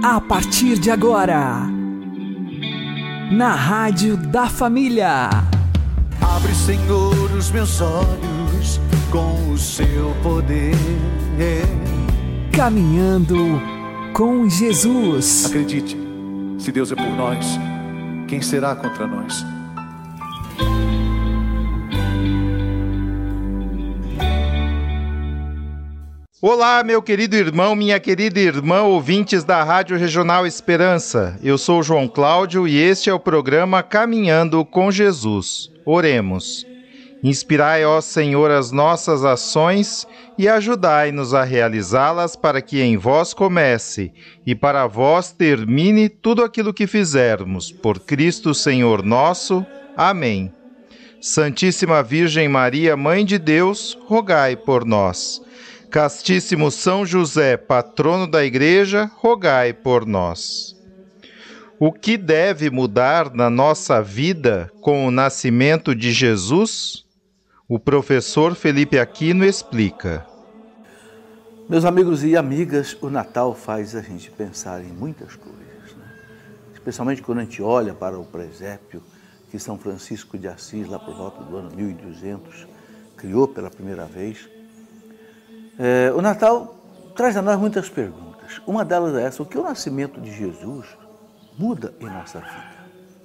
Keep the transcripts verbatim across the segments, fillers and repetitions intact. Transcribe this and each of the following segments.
A partir de agora, na Rádio da Família. Abre, Senhor, os meus olhos com o seu poder. Caminhando com Jesus. Acredite, se Deus é por nós, quem será contra nós? Olá, meu querido irmão, minha querida irmã, ouvintes da Rádio Regional Esperança. Eu sou o João Cláudio e este é o programa Caminhando com Jesus. Oremos. Inspirai, ó Senhor, as nossas ações e ajudai-nos a realizá-las para que em vós comece e para vós termine tudo aquilo que fizermos. Por Cristo, Senhor nosso. Amém. Santíssima Virgem Maria, Mãe de Deus, rogai por nós. Castíssimo São José, patrono da Igreja, rogai por nós. O que deve mudar na nossa vida com o nascimento de Jesus? O professor Felipe Aquino explica. Meus amigos e amigas, o Natal faz a gente pensar em muitas coisas, né? Especialmente quando a gente olha para o presépio que São Francisco de Assis, lá por volta do ano mil e duzentos, criou pela primeira vez. É, o Natal traz a nós muitas perguntas. Uma delas é essa: o que o nascimento de Jesus muda em nossa vida?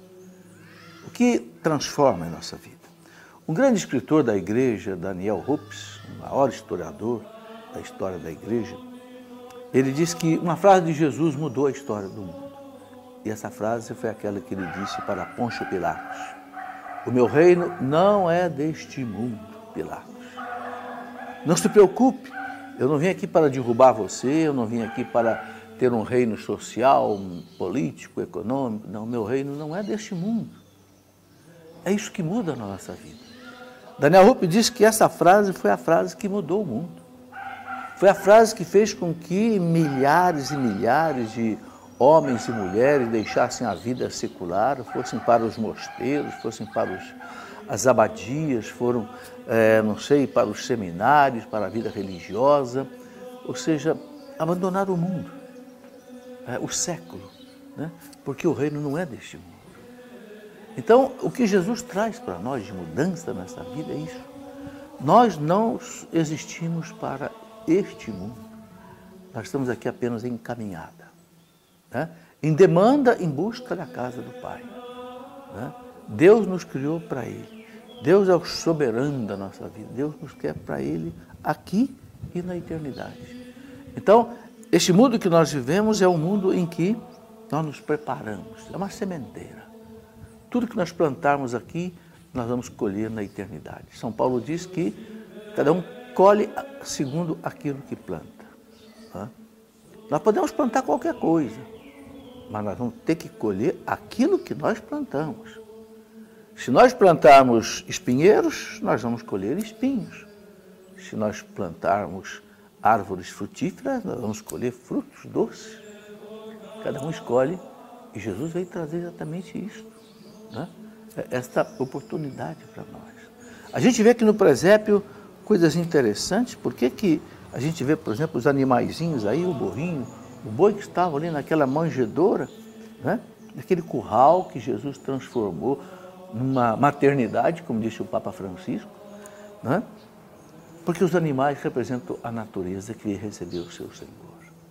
O que transforma em nossa vida? Um grande escritor da igreja, Daniel Hopes, o maior historiador da história da igreja, ele diz que uma frase de Jesus mudou a história do mundo. E essa frase foi aquela que ele disse para Pôncio Pilatos: o meu reino não é deste mundo, Pilatos. Não se preocupe, eu não vim aqui para derrubar você, eu não vim aqui para ter um reino social, político, econômico. Não, meu reino não é deste mundo. É isso que muda na nossa vida. Daniel Rupp diz que essa frase foi a frase que mudou o mundo. Foi a frase que fez com que milhares e milhares de homens e mulheres deixassem a vida secular, fossem para os mosteiros, fossem para os, as abadias, foram, é, não sei, para os seminários, para a vida religiosa, ou seja, abandonaram o mundo, é, o século, né? Porque o reino não é deste mundo. Então, o que Jesus traz para nós de mudança nessa vida é isso. Nós não existimos para este mundo. Nós estamos aqui apenas em caminhada, né? Em demanda, em busca da casa do Pai, né? Deus nos criou para Ele. Deus é o soberano da nossa vida. Deus nos quer para Ele aqui e na eternidade. Então, este mundo que nós vivemos é um mundo em que nós nos preparamos. É uma sementeira. Tudo que nós plantarmos aqui, nós vamos colher na eternidade. São Paulo diz que cada um colhe segundo aquilo que planta, né? Nós podemos plantar qualquer coisa, mas nós vamos ter que colher aquilo que nós plantamos. Se nós plantarmos espinheiros, nós vamos colher espinhos. Se nós plantarmos árvores frutíferas, nós vamos colher frutos doces. Cada um escolhe, e Jesus veio trazer exatamente isso, né? Esta oportunidade para nós. A gente vê aqui no presépio coisas interessantes. Por que que a gente vê, por exemplo, os animaizinhos aí, o burrinho, o boi que estava ali naquela manjedoura, né? Naquele curral que Jesus transformou numa maternidade, como disse o Papa Francisco, né? Porque os animais representam a natureza que recebeu o seu Senhor.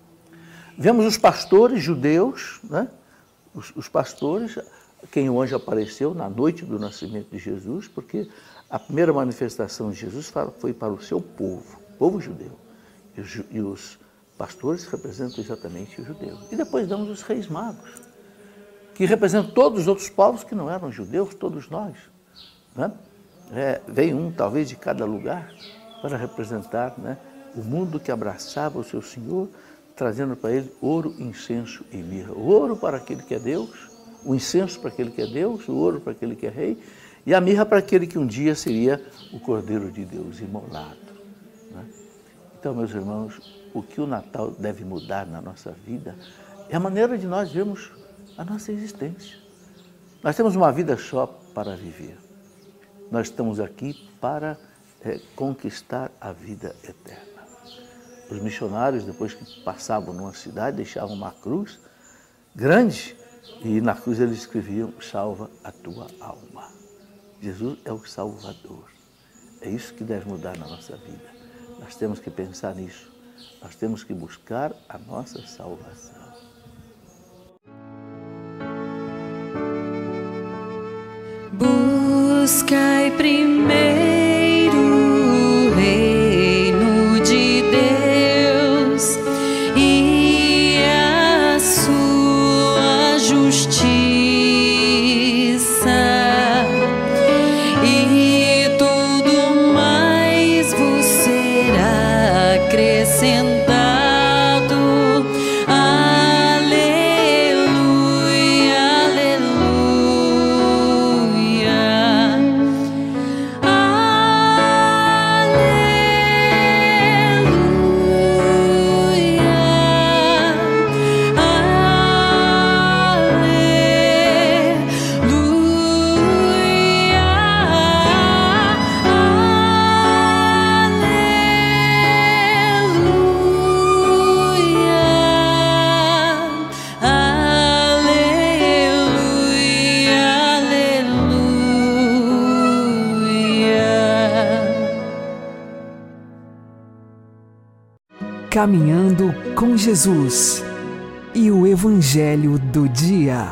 Vemos os pastores judeus, né? Os, os pastores, quem o anjo apareceu na noite do nascimento de Jesus, porque a primeira manifestação de Jesus foi para o seu povo, povo judeu. E os, e os pastores representam exatamente os judeus. E depois damos os reis magos, que representam todos os outros povos que não eram judeus, todos nós, né? É, vem um, talvez, de cada lugar, para representar, né, o mundo que abraçava o seu Senhor, trazendo para ele ouro, incenso e mirra. O ouro para aquele que é Deus, o incenso para aquele que é Deus, o ouro para aquele que é rei, e a mirra para aquele que um dia seria o Cordeiro de Deus imolado, né? Então, meus irmãos, o que o Natal deve mudar na nossa vida é a maneira de nós vermos a nossa existência. Nós temos uma vida só para viver. Nós estamos aqui para é, conquistar a vida eterna. Os missionários, depois que passavam numa cidade, deixavam uma cruz grande, e na cruz eles escreviam: salva a tua alma. Jesus é o Salvador. É isso que deve mudar na nossa vida. Nós temos que pensar nisso. Nós temos que buscar a nossa salvação. Buscai primeiro o reino de Deus e a sua justiça, e tudo mais vos será acrescentado. Caminhando com Jesus e o Evangelho do Dia.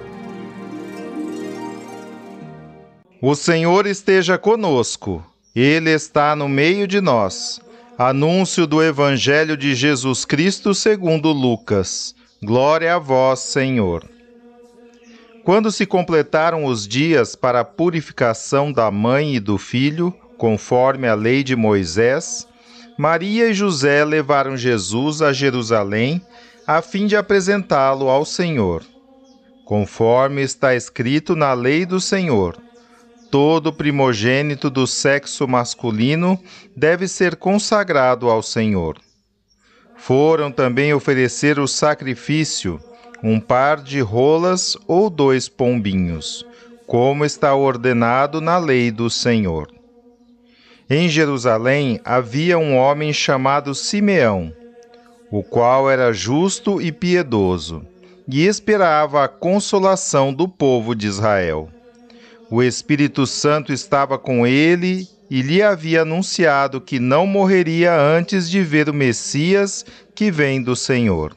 O Senhor esteja conosco, Ele está no meio de nós. Anúncio do Evangelho de Jesus Cristo segundo Lucas. Glória a vós, Senhor. Quando se completaram os dias para a purificação da mãe e do filho, conforme a lei de Moisés, Maria e José levaram Jesus a Jerusalém, a fim de apresentá-lo ao Senhor. Conforme está escrito na lei do Senhor, todo primogênito do sexo masculino deve ser consagrado ao Senhor. Foram também oferecer o sacrifício, um par de rolas ou dois pombinhos, como está ordenado na lei do Senhor. Em Jerusalém havia um homem chamado Simeão, o qual era justo e piedoso, e esperava a consolação do povo de Israel. O Espírito Santo estava com ele e lhe havia anunciado que não morreria antes de ver o Messias que vem do Senhor.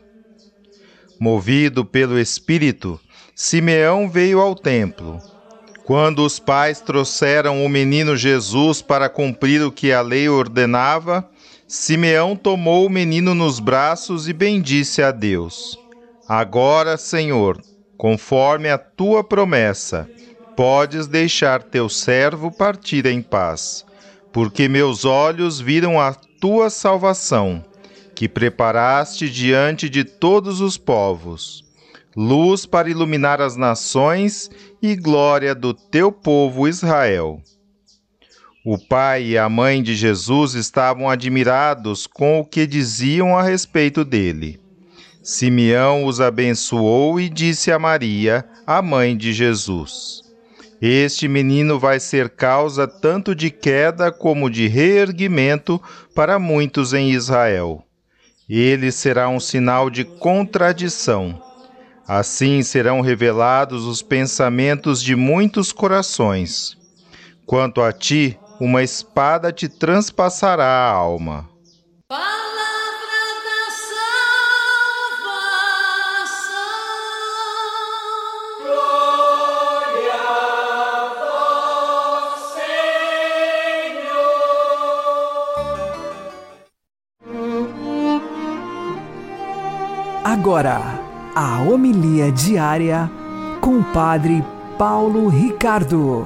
Movido pelo Espírito, Simeão veio ao templo. Quando os pais trouxeram o menino Jesus para cumprir o que a lei ordenava, Simeão tomou o menino nos braços e bendisse a Deus. Agora, Senhor, conforme a tua promessa, podes deixar teu servo partir em paz, porque meus olhos viram a tua salvação, que preparaste diante de todos os povos, luz para iluminar as nações e glória do teu povo Israel. O pai e a mãe de Jesus estavam admirados com o que diziam a respeito dele. Simeão os abençoou e disse a Maria, a mãe de Jesus: Este menino vai ser causa tanto de queda como de reerguimento para muitos em Israel. Ele será um sinal de contradição. Assim serão revelados os pensamentos de muitos corações. Quanto a ti, uma espada te transpassará a alma. Palavra da salvação. Glória a vós, Senhor. Agora, a homilia diária com o Padre Paulo Ricardo.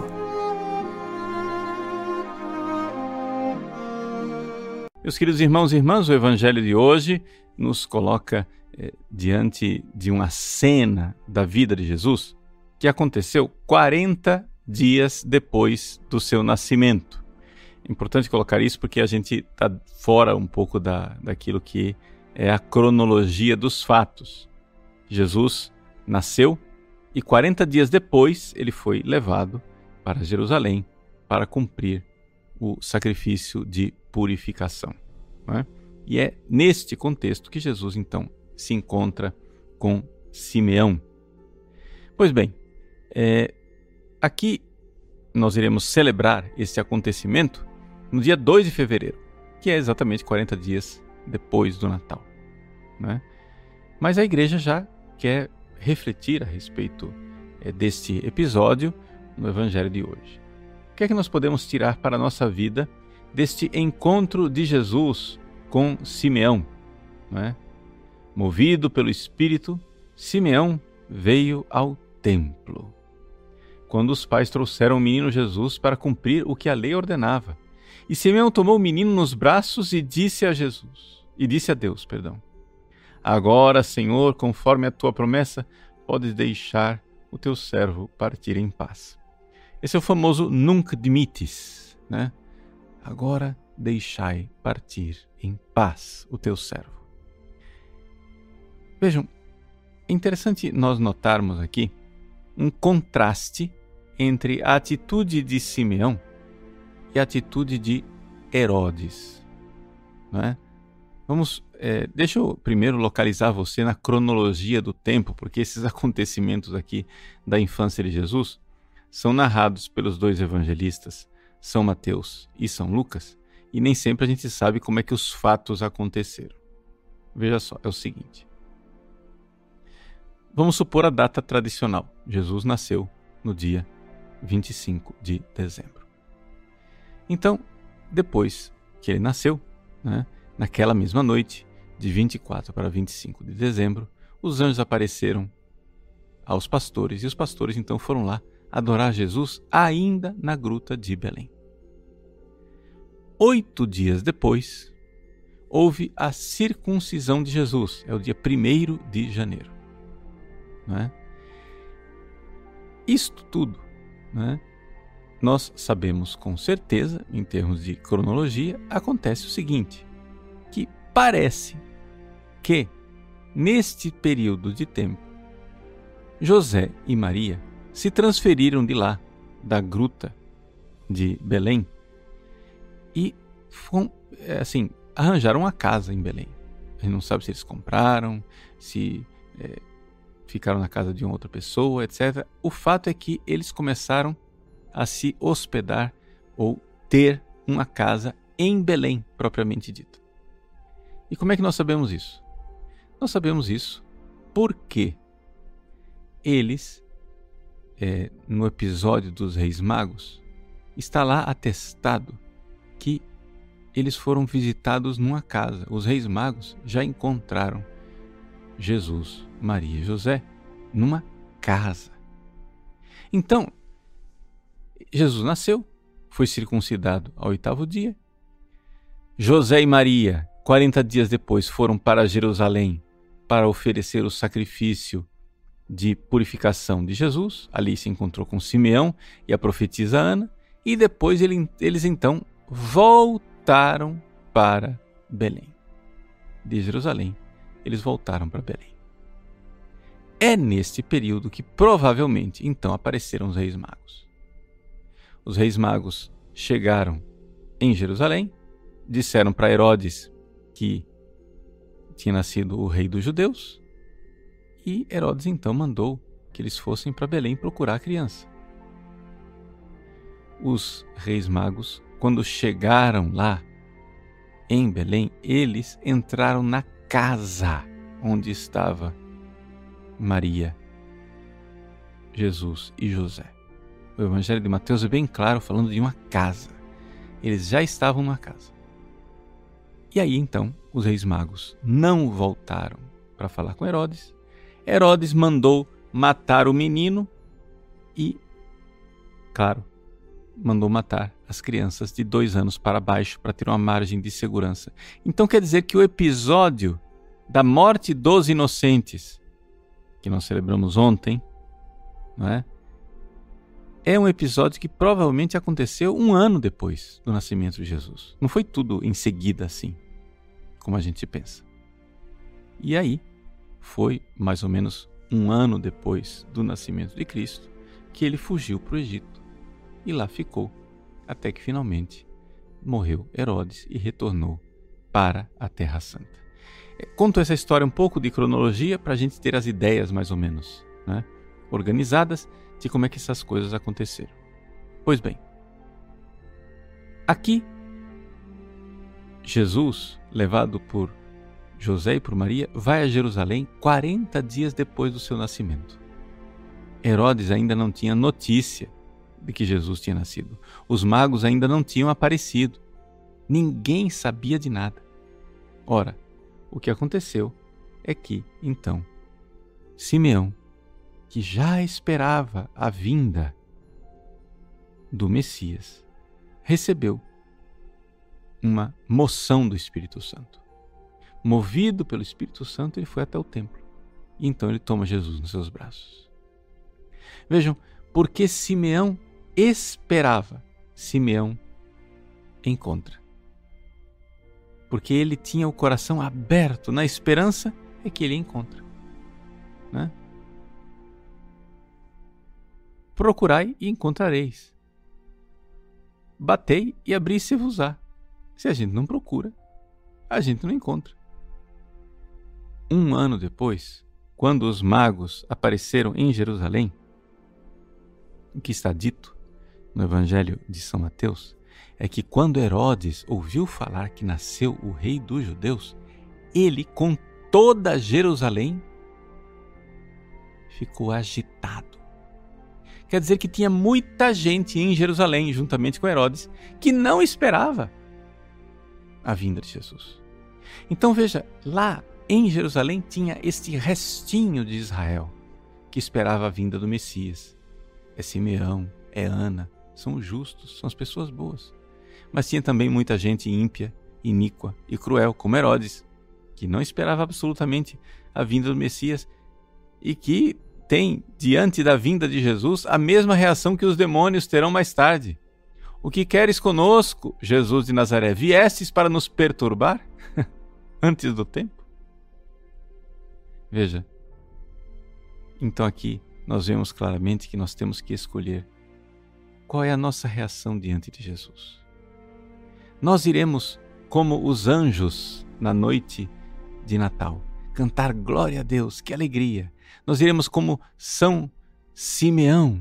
Meus queridos irmãos e irmãs, o Evangelho de hoje nos coloca eh, diante de uma cena da vida de Jesus que aconteceu quarenta dias depois do seu nascimento. É importante colocar isso porque a gente está fora um pouco da, daquilo que é a cronologia dos fatos. Jesus nasceu e quarenta dias depois ele foi levado para Jerusalém para cumprir o sacrifício de purificação. Não é? E é neste contexto que Jesus então se encontra com Simeão. Pois bem, é, aqui nós iremos celebrar esse acontecimento no dia dois de fevereiro, que é exatamente quarenta dias depois do Natal, né? Mas a igreja já quer refletir a respeito é, deste episódio no Evangelho de hoje. O que é que nós podemos tirar para a nossa vida deste encontro de Jesus com Simeão, né? Movido pelo Espírito, Simeão veio ao templo, quando os pais trouxeram o menino Jesus para cumprir o que a lei ordenava. E Simeão tomou o menino nos braços e disse a Jesus, e disse a Deus, perdão: Agora, Senhor, conforme a tua promessa, podes deixar o teu servo partir em paz. Esse é o famoso nunc dimittis, né? Agora deixai partir em paz o teu servo. Vejam, é interessante nós notarmos aqui um contraste entre a atitude de Simeão e a atitude de Herodes, não é? Vamos, é, deixa eu primeiro localizar você na cronologia do tempo, porque esses acontecimentos aqui da infância de Jesus são narrados pelos dois evangelistas, São Mateus e São Lucas, e nem sempre a gente sabe como é que os fatos aconteceram. Veja só, é o seguinte. Vamos supor a data tradicional. Jesus nasceu no dia vinte e cinco de dezembro. Então, depois que ele nasceu, né, naquela mesma noite, de vinte e quatro para vinte e cinco de dezembro, os anjos apareceram aos pastores, e os pastores então foram lá adorar Jesus ainda na gruta de Belém. Oito dias depois, houve a circuncisão de Jesus, é o dia primeiro de janeiro. Não é? Isto tudo, né, nós sabemos com certeza, em termos de cronologia, acontece o seguinte, que parece que, neste período de tempo, José e Maria se transferiram de lá, da gruta de Belém, e foram, assim, arranjaram uma casa em Belém. A gente não sabe se eles compraram, se é, ficaram na casa de uma outra pessoa, etcétera. O fato é que eles começaram a se hospedar ou ter uma casa em Belém, propriamente dito. E como é que nós sabemos isso? Nós sabemos isso porque eles, é, no episódio dos Reis Magos, está lá atestado que eles foram visitados numa casa. Os Reis Magos já encontraram Jesus, Maria e José numa casa. Então, Jesus nasceu, foi circuncidado ao oitavo dia. José e Maria, quarenta dias depois, foram para Jerusalém para oferecer o sacrifício de purificação de Jesus. Ali se encontrou com Simeão e a profetisa Ana. E depois ele, eles então voltaram para Belém. De Jerusalém, eles voltaram para Belém. É neste período que provavelmente então apareceram os Reis Magos. Os Reis Magos chegaram em Jerusalém, disseram para Herodes que tinha nascido o rei dos judeus, e Herodes então mandou que eles fossem para Belém procurar a criança. Os Reis Magos, quando chegaram lá em Belém, eles entraram na casa onde estava Maria, Jesus e José. O Evangelho de Mateus é bem claro, falando de uma casa. Eles já estavam numa casa. E aí então os Reis Magos não voltaram para falar com Herodes. Herodes mandou matar o menino e, claro, mandou matar as crianças de dois anos para baixo para ter uma margem de segurança. Então quer dizer que o episódio da morte dos inocentes, que nós celebramos ontem, não é? É um episódio que provavelmente aconteceu um ano depois do nascimento de Jesus. Não foi tudo em seguida assim, como a gente pensa. E aí, foi mais ou menos um ano depois do nascimento de Cristo que ele fugiu para o Egito e lá ficou, até que finalmente morreu Herodes e retornou para a Terra Santa. Conto essa história um pouco de cronologia para a gente ter as ideias mais ou menos, né, organizadas de como é que essas coisas aconteceram. Pois bem, aqui Jesus, levado por José e por Maria, vai a Jerusalém quarenta dias depois do seu nascimento. Herodes ainda não tinha notícia de que Jesus tinha nascido. Os magos ainda não tinham aparecido. Ninguém sabia de nada. Ora, o que aconteceu é que, então, Simeão, que já esperava a vinda do Messias, recebeu uma moção do Espírito Santo. Movido pelo Espírito Santo, ele foi até o templo. E então ele toma Jesus nos seus braços. Vejam, porque Simeão esperava, Simeão encontra. Porque ele tinha o coração aberto na esperança, é que ele encontra. Né? Procurai e encontrareis. Batei e abri-se-vos-á. Se a gente não procura, a gente não encontra. Um ano depois, quando os magos apareceram em Jerusalém, o que está dito no Evangelho de São Mateus é que quando Herodes ouviu falar que nasceu o rei dos judeus, ele, com toda Jerusalém, ficou agitado. Quer dizer que tinha muita gente em Jerusalém, juntamente com Herodes, que não esperava a vinda de Jesus. Então veja, lá em Jerusalém tinha este restinho de Israel que esperava a vinda do Messias. É Simeão, é Ana, são os justos, são as pessoas boas. Mas tinha também muita gente ímpia, iníqua e cruel, como Herodes, que não esperava absolutamente a vinda do Messias e que tem, diante da vinda de Jesus, a mesma reação que os demônios terão mais tarde. O que queres conosco, Jesus de Nazaré? Viestes para nos perturbar antes do tempo? Veja, então aqui nós vemos claramente que nós temos que escolher qual é a nossa reação diante de Jesus. Nós iremos, como os anjos na noite de Natal, cantar glória a Deus, que alegria. Nós iremos, como São Simeão,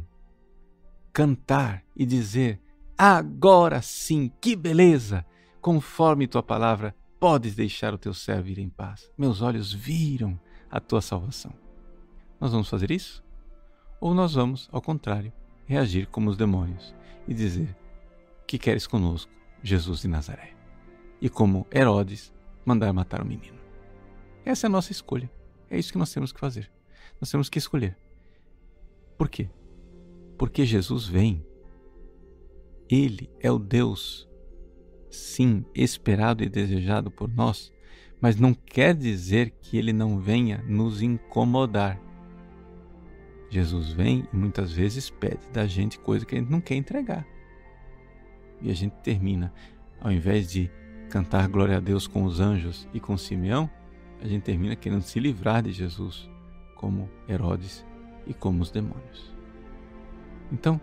cantar e dizer: agora sim, que beleza! Conforme tua palavra, podes deixar o teu servo ir em paz. Meus olhos viram a tua salvação. Nós vamos fazer isso? Ou nós vamos, ao contrário, reagir como os demônios e dizer: que queres conosco, Jesus de Nazaré? E como Herodes, mandar matar o menino. Essa é a nossa escolha. É isso que nós temos que fazer. Nós temos que escolher. Por quê? Porque Jesus vem. Ele é o Deus, sim, esperado e desejado por nós, mas não quer dizer que ele não venha nos incomodar. Jesus vem e muitas vezes pede da gente coisa que a gente não quer entregar. E a gente termina, ao invés de cantar glória a Deus com os anjos e com Simeão, a gente termina querendo se livrar de Jesus, como Herodes e como os demônios. Então,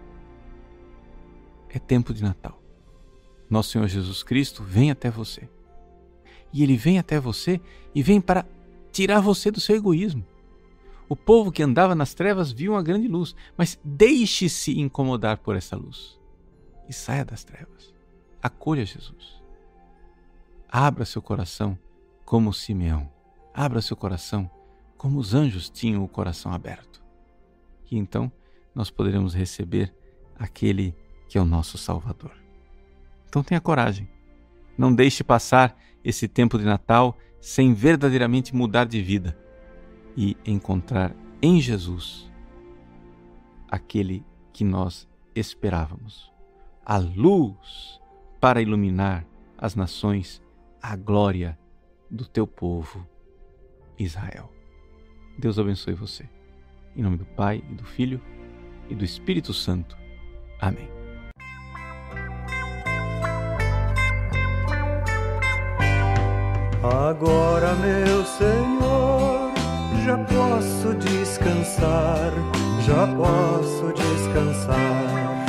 é tempo de Natal. Nosso Senhor Jesus Cristo vem até você. E Ele vem até você e vem para tirar você do seu egoísmo. O povo que andava nas trevas viu uma grande luz, mas deixe-se incomodar por essa luz e saia das trevas. Acolha Jesus. Abra seu coração como Simeão. Abra seu coração como os anjos tinham o coração aberto. E então nós poderemos receber aquele que é o nosso Salvador. Então tenha coragem. Não deixe passar esse tempo de Natal sem verdadeiramente mudar de vida e encontrar em Jesus aquele que nós esperávamos. A luz para iluminar as nações, a glória do teu povo Israel. Deus abençoe você. Em nome do Pai, e do Filho, e do Espírito Santo. Amém. Agora, meu Senhor, já posso descansar, já posso descansar.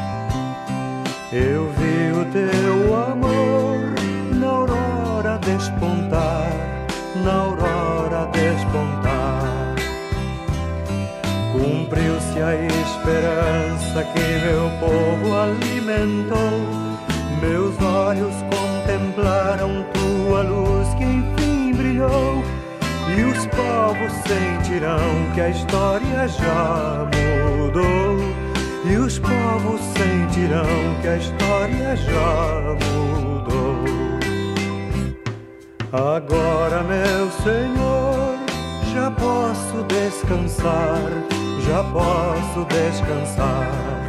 Eu vi o teu amor na aurora despontar, na aurora despontar. Cumpriu-se a esperança que meu povo alimentou. Meus olhos contemplaram tua luz que enfim brilhou. E os povos sentirão que a história já mudou. E os povos sentirão que a história já mudou. Agora, meu Senhor, já posso descansar, já posso descansar.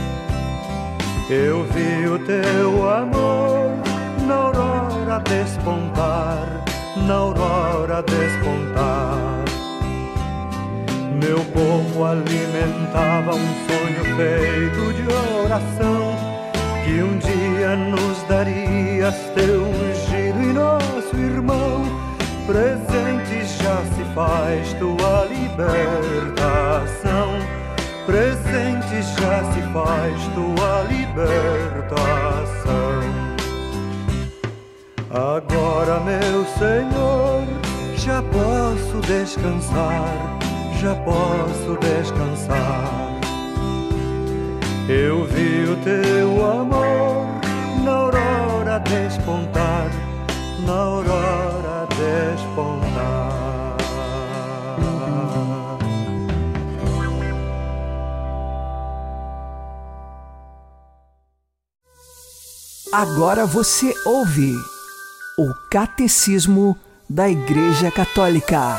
Eu vi o teu amor na aurora despontar, na aurora despontar. Meu povo alimentava um sonho feito de oração, que um dia nos darias teu ungido e nosso irmão. Presente já se faz tua libertação. Presente já se faz tua libertação. Agora, meu Senhor, já posso descansar, já posso descansar. Eu vi o teu amor na aurora despontar, na aurora despontar. Agora você ouve o Catecismo da Igreja Católica.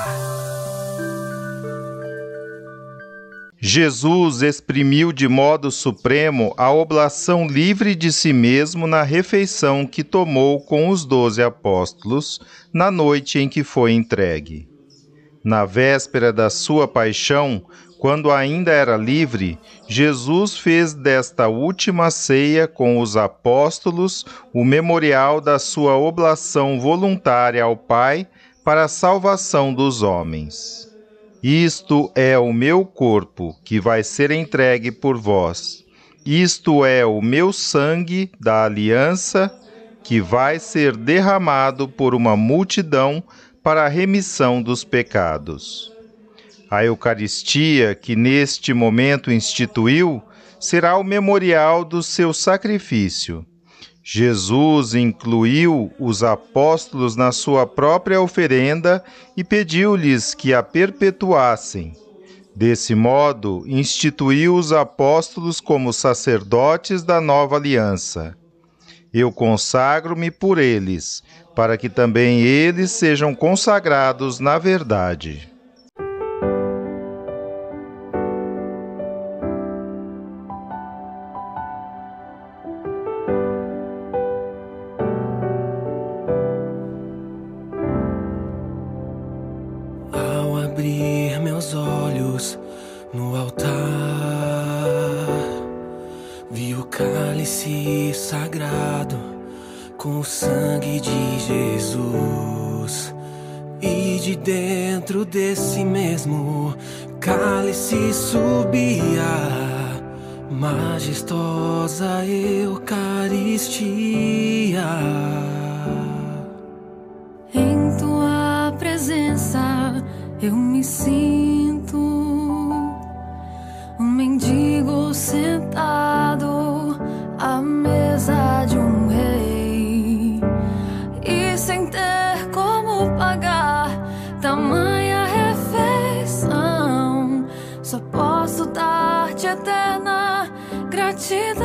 Jesus exprimiu de modo supremo a oblação livre de si mesmo na refeição que tomou com os doze apóstolos na noite em que foi entregue. Na véspera da sua paixão, quando ainda era livre, Jesus fez desta última ceia com os apóstolos o memorial da sua oblação voluntária ao Pai para a salvação dos homens. Isto é o meu corpo, que vai ser entregue por vós. Isto é o meu sangue da aliança, que vai ser derramado por uma multidão para a remissão dos pecados. A Eucaristia, que neste momento instituiu, será o memorial do seu sacrifício. Jesus incluiu os apóstolos na sua própria oferenda e pediu-lhes que a perpetuassem. Desse modo, instituiu os apóstolos como sacerdotes da nova aliança. Eu consagro-me por eles, para que também eles sejam consagrados na verdade. Abrir meus olhos no altar, vi o cálice sagrado com o sangue de Jesus, e de dentro desse mesmo cálice subia majestosa Eucaristia. Em tua presença eu me sinto um mendigo sentado à mesa de um rei, e sem ter como pagar tamanha refeição, só posso dar-te eterna gratidão.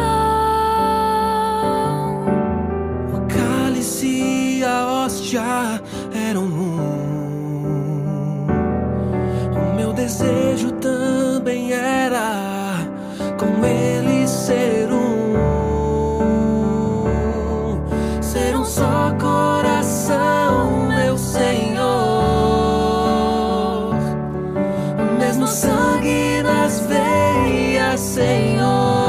O cálice e a hóstia eram um. O meu desejo também era com ele ser um, ser um só coração, meu Senhor. O mesmo sangue nas veias, Senhor,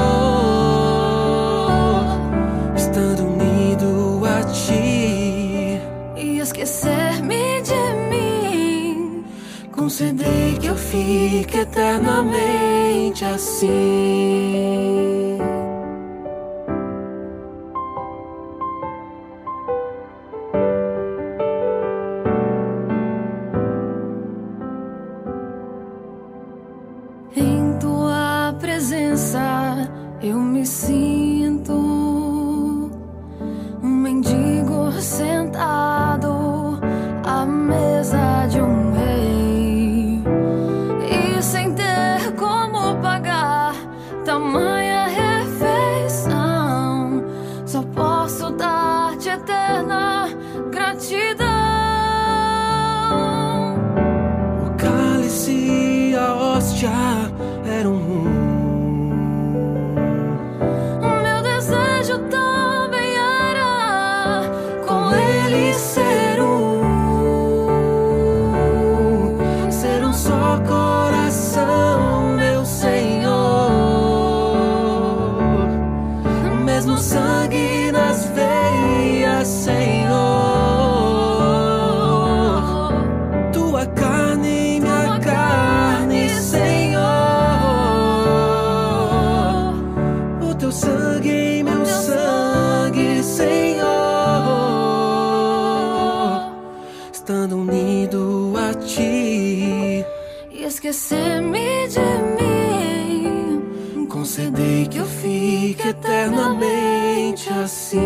estando unido a ti, E esquecer-me de mim, concedei que eu fique eternamente assim. Eu me sinto um mendigo sentado à mesa de um rei e sem ter como pagar tamanha refeição, só posso dar-te eterna gratidão. O cálice e a hóstia eram um. Meu desejo também era com ele ser um, ser um só coração, meu Senhor. Mesmo sangue nas veias, Senhor. Tua carne e minha carne, Senhor. O teu sangue e meu sangue, Senhor. Estando unido a ti e esquecer-me de mim, concedei que eu fique eternamente assim.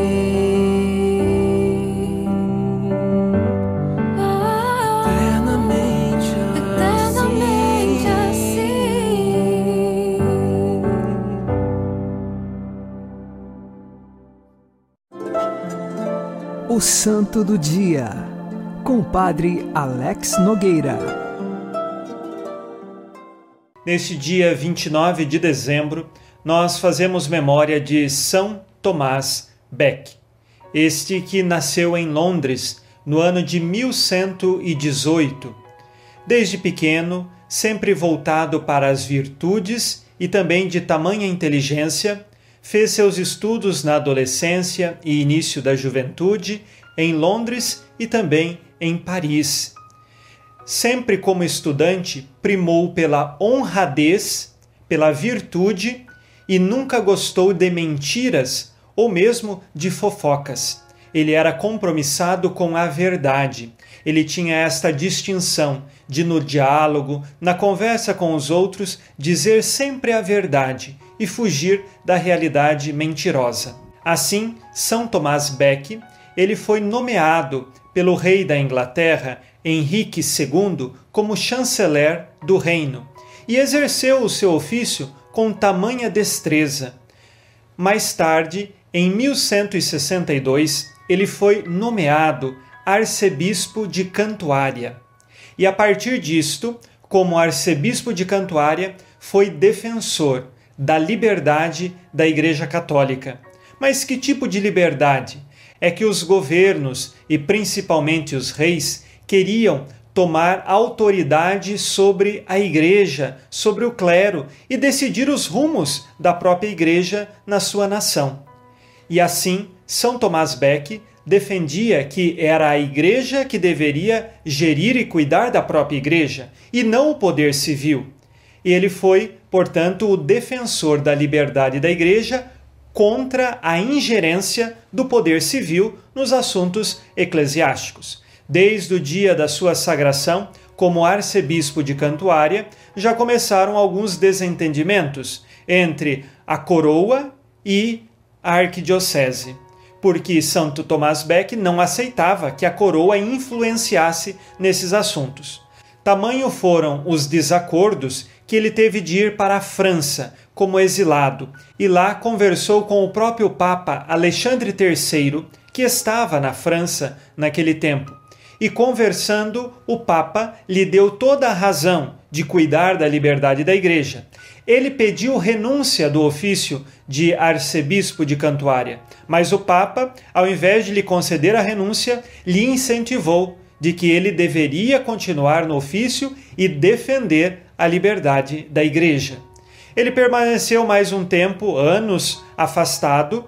Eternamente eternamente assim. O Santo do Dia, com o Padre Alex Nogueira. Neste dia vinte e nove de dezembro, nós fazemos memória de São Tomás Becket, este que nasceu em Londres no ano de mil cento e dezoito. Desde pequeno, sempre voltado para as virtudes e também de tamanha inteligência, fez seus estudos na adolescência e início da juventude em Londres e também em Paris. Sempre como estudante, primou pela honradez, pela virtude e nunca gostou de mentiras ou mesmo de fofocas. Ele era compromissado com a verdade. Ele tinha esta distinção de, no diálogo, na conversa com os outros, dizer sempre a verdade e fugir da realidade mentirosa. Assim, São Tomás Becket, ele foi nomeado pelo rei da Inglaterra, Henrique segundo, como chanceler do reino e exerceu o seu ofício com tamanha destreza. Mais tarde, em mil cento e sessenta e dois, ele foi nomeado arcebispo de Cantuária. E a partir disto, como arcebispo de Cantuária, foi defensor da liberdade da Igreja Católica. Mas que tipo de liberdade? É que os governos, e principalmente os reis, queriam tomar autoridade sobre a Igreja, sobre o clero e decidir os rumos da própria Igreja na sua nação. E assim, São Tomás Becket defendia que era a Igreja que deveria gerir e cuidar da própria Igreja, e não o poder civil. E ele foi, portanto, o defensor da liberdade da Igreja contra a ingerência do poder civil nos assuntos eclesiásticos. Desde o dia da sua sagração, como arcebispo de Cantuária, já começaram alguns desentendimentos entre a coroa e a arquidiocese, porque Santo Tomás Becket não aceitava que a coroa influenciasse nesses assuntos. Tamanho foram os desacordos que ele teve de ir para a França como exilado, e lá conversou com o próprio Papa Alexandre terceiro, que estava na França naquele tempo. E conversando, o Papa lhe deu toda a razão de cuidar da liberdade da Igreja. Ele pediu renúncia do ofício de arcebispo de Cantuária, mas o Papa, ao invés de lhe conceder a renúncia, lhe incentivou de que ele deveria continuar no ofício e defender a liberdade da Igreja. Ele permaneceu mais um tempo, anos, afastado,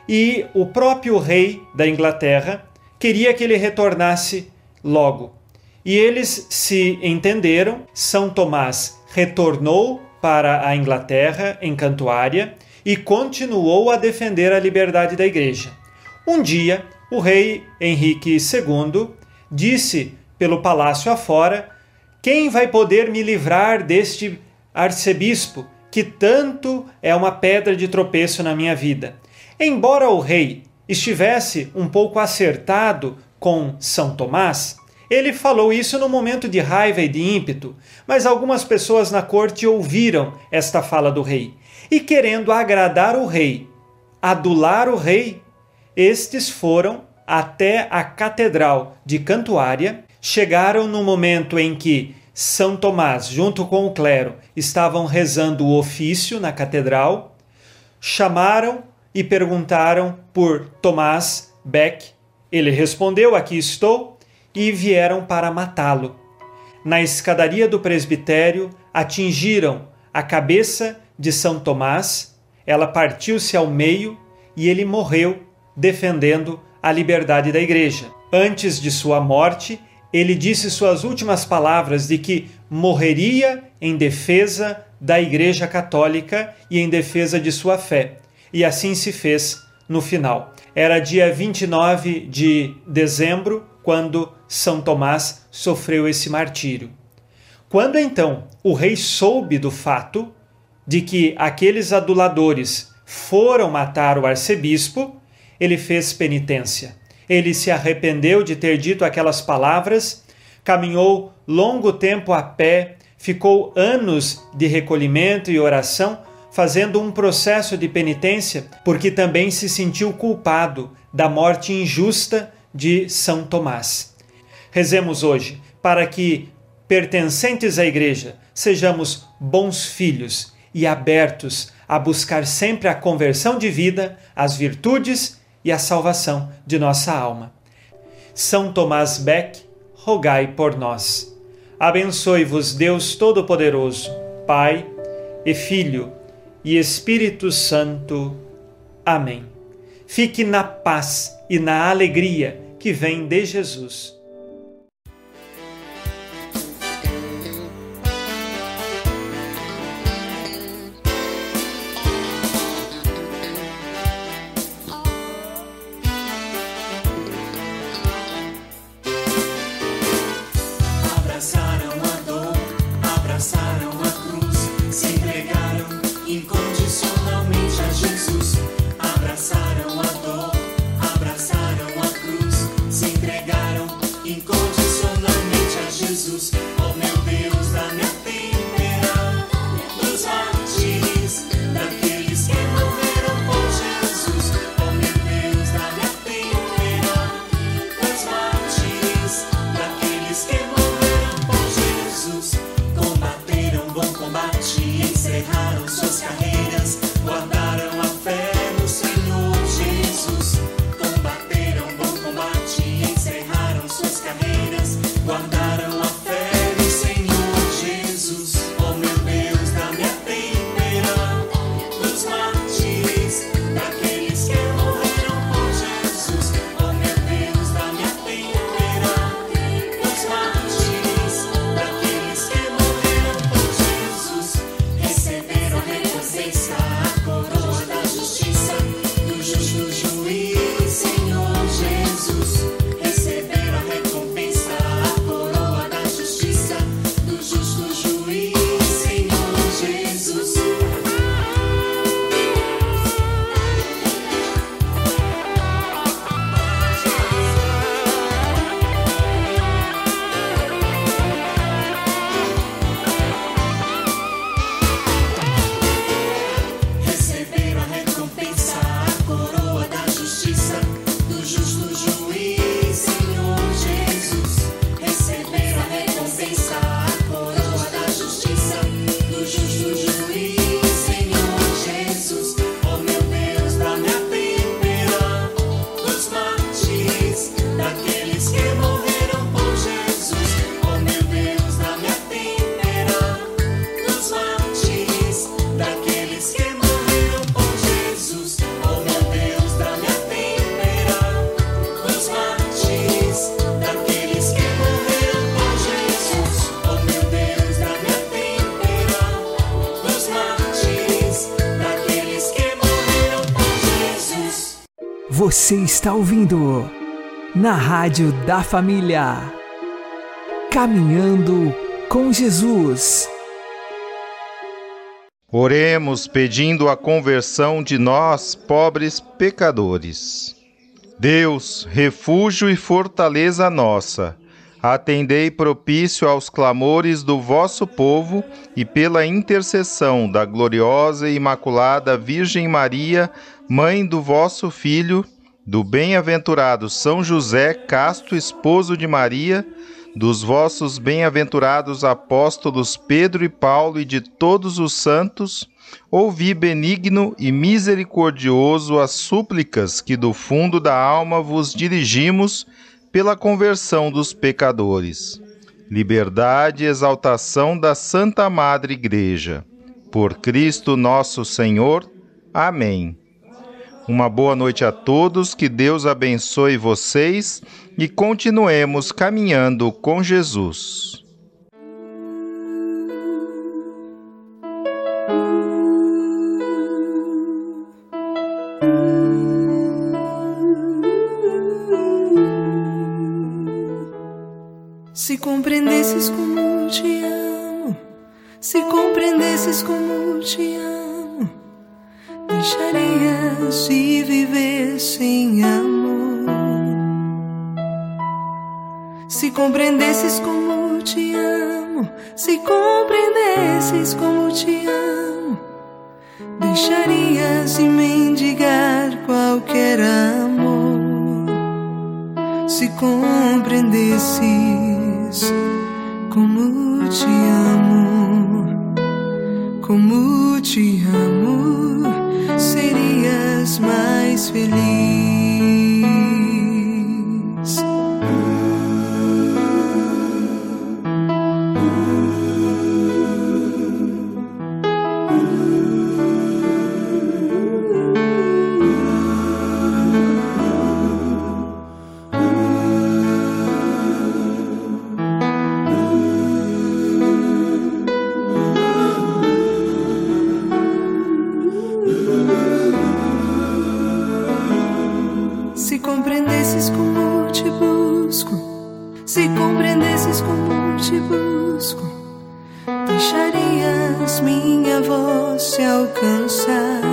e o próprio rei da Inglaterra queria que ele retornasse logo. E eles se entenderam. São Tomás retornou para a Inglaterra, em Cantuária, e continuou a defender a liberdade da Igreja. Um dia, o rei Henrique segundo disse pelo palácio afora: quem vai poder me livrar deste arcebispo que tanto é uma pedra de tropeço na minha vida. Embora o rei estivesse um pouco acertado com São Tomás, ele falou isso no momento de raiva e de ímpeto, mas algumas pessoas na corte ouviram esta fala do rei e, querendo agradar o rei, adular o rei, estes foram até a catedral de Cantuária, chegaram no momento em que São Tomás, junto com o clero, estavam rezando o ofício na catedral, chamaram e perguntaram por Tomás Beck. Ele respondeu: aqui estou, e vieram para matá-lo. Na escadaria do presbitério, atingiram a cabeça de São Tomás, ela partiu-se ao meio e ele morreu defendendo a liberdade da igreja. Antes de sua morte, ele disse suas últimas palavras de que morreria em defesa da Igreja Católica e em defesa de sua fé. E assim se fez no final. Era dia vinte e nove de dezembro, quando São Tomás sofreu esse martírio. Quando então o rei soube do fato de que aqueles aduladores foram matar o arcebispo, ele fez penitência. Ele se arrependeu de ter dito aquelas palavras, caminhou longo tempo a pé, ficou anos de recolhimento e oração, fazendo um processo de penitência, porque também se sentiu culpado da morte injusta de São Tomás. Rezemos hoje para que, pertencentes à Igreja, sejamos bons filhos e abertos a buscar sempre a conversão de vida, as virtudes e a salvação de nossa alma. São Tomás Beck, rogai por nós. Abençoe-vos Deus Todo-Poderoso, Pai e Filho e Espírito Santo. Amém. Fique na paz e na alegria que vem de Jesus. Você está ouvindo na Rádio da Família, Caminhando com Jesus. Oremos pedindo a conversão de nós, pobres pecadores. Deus, refúgio e fortaleza nossa, atendei propício aos clamores do vosso povo e pela intercessão da gloriosa e imaculada Virgem Maria, mãe do vosso Filho, do bem-aventurado São José, casto esposo de Maria, dos vossos bem-aventurados apóstolos Pedro e Paulo e de todos os santos, ouvi benigno e misericordioso as súplicas que do fundo da alma vos dirigimos pela conversão dos pecadores. Liberdade e exaltação da Santa Madre Igreja. Por Cristo nosso Senhor. Amém. Uma boa noite a todos, que Deus abençoe vocês e continuemos caminhando com Jesus. Se compreendesses como te amo, se compreendesses como te amo, deixarias de viver sem amor. Se compreendesses como te amo, se compreendesses como te amo, deixarias de mendigar qualquer amor. Se compreendesses como te amo, como te amo, serias mais feliz. Se compreendesses como te busco, se compreendesses como te busco, deixarias minha voz te alcançar.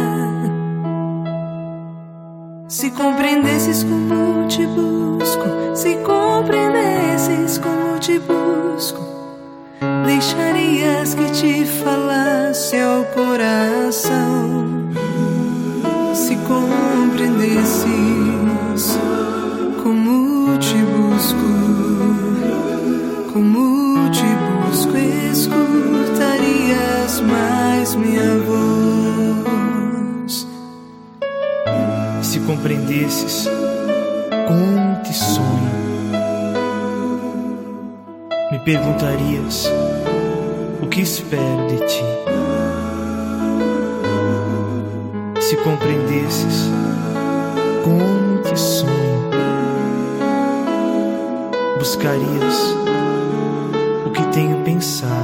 Se compreendesses como te busco, se compreendesses como te busco, deixarias que te falasse ao coração. Se compreendesses como te busco, como te busco, escutarias mais minha voz. Se compreendesses como te sonho, me perguntarias o que espero de ti. Se compreendesses como te sonho, buscarias o que tenho pensado.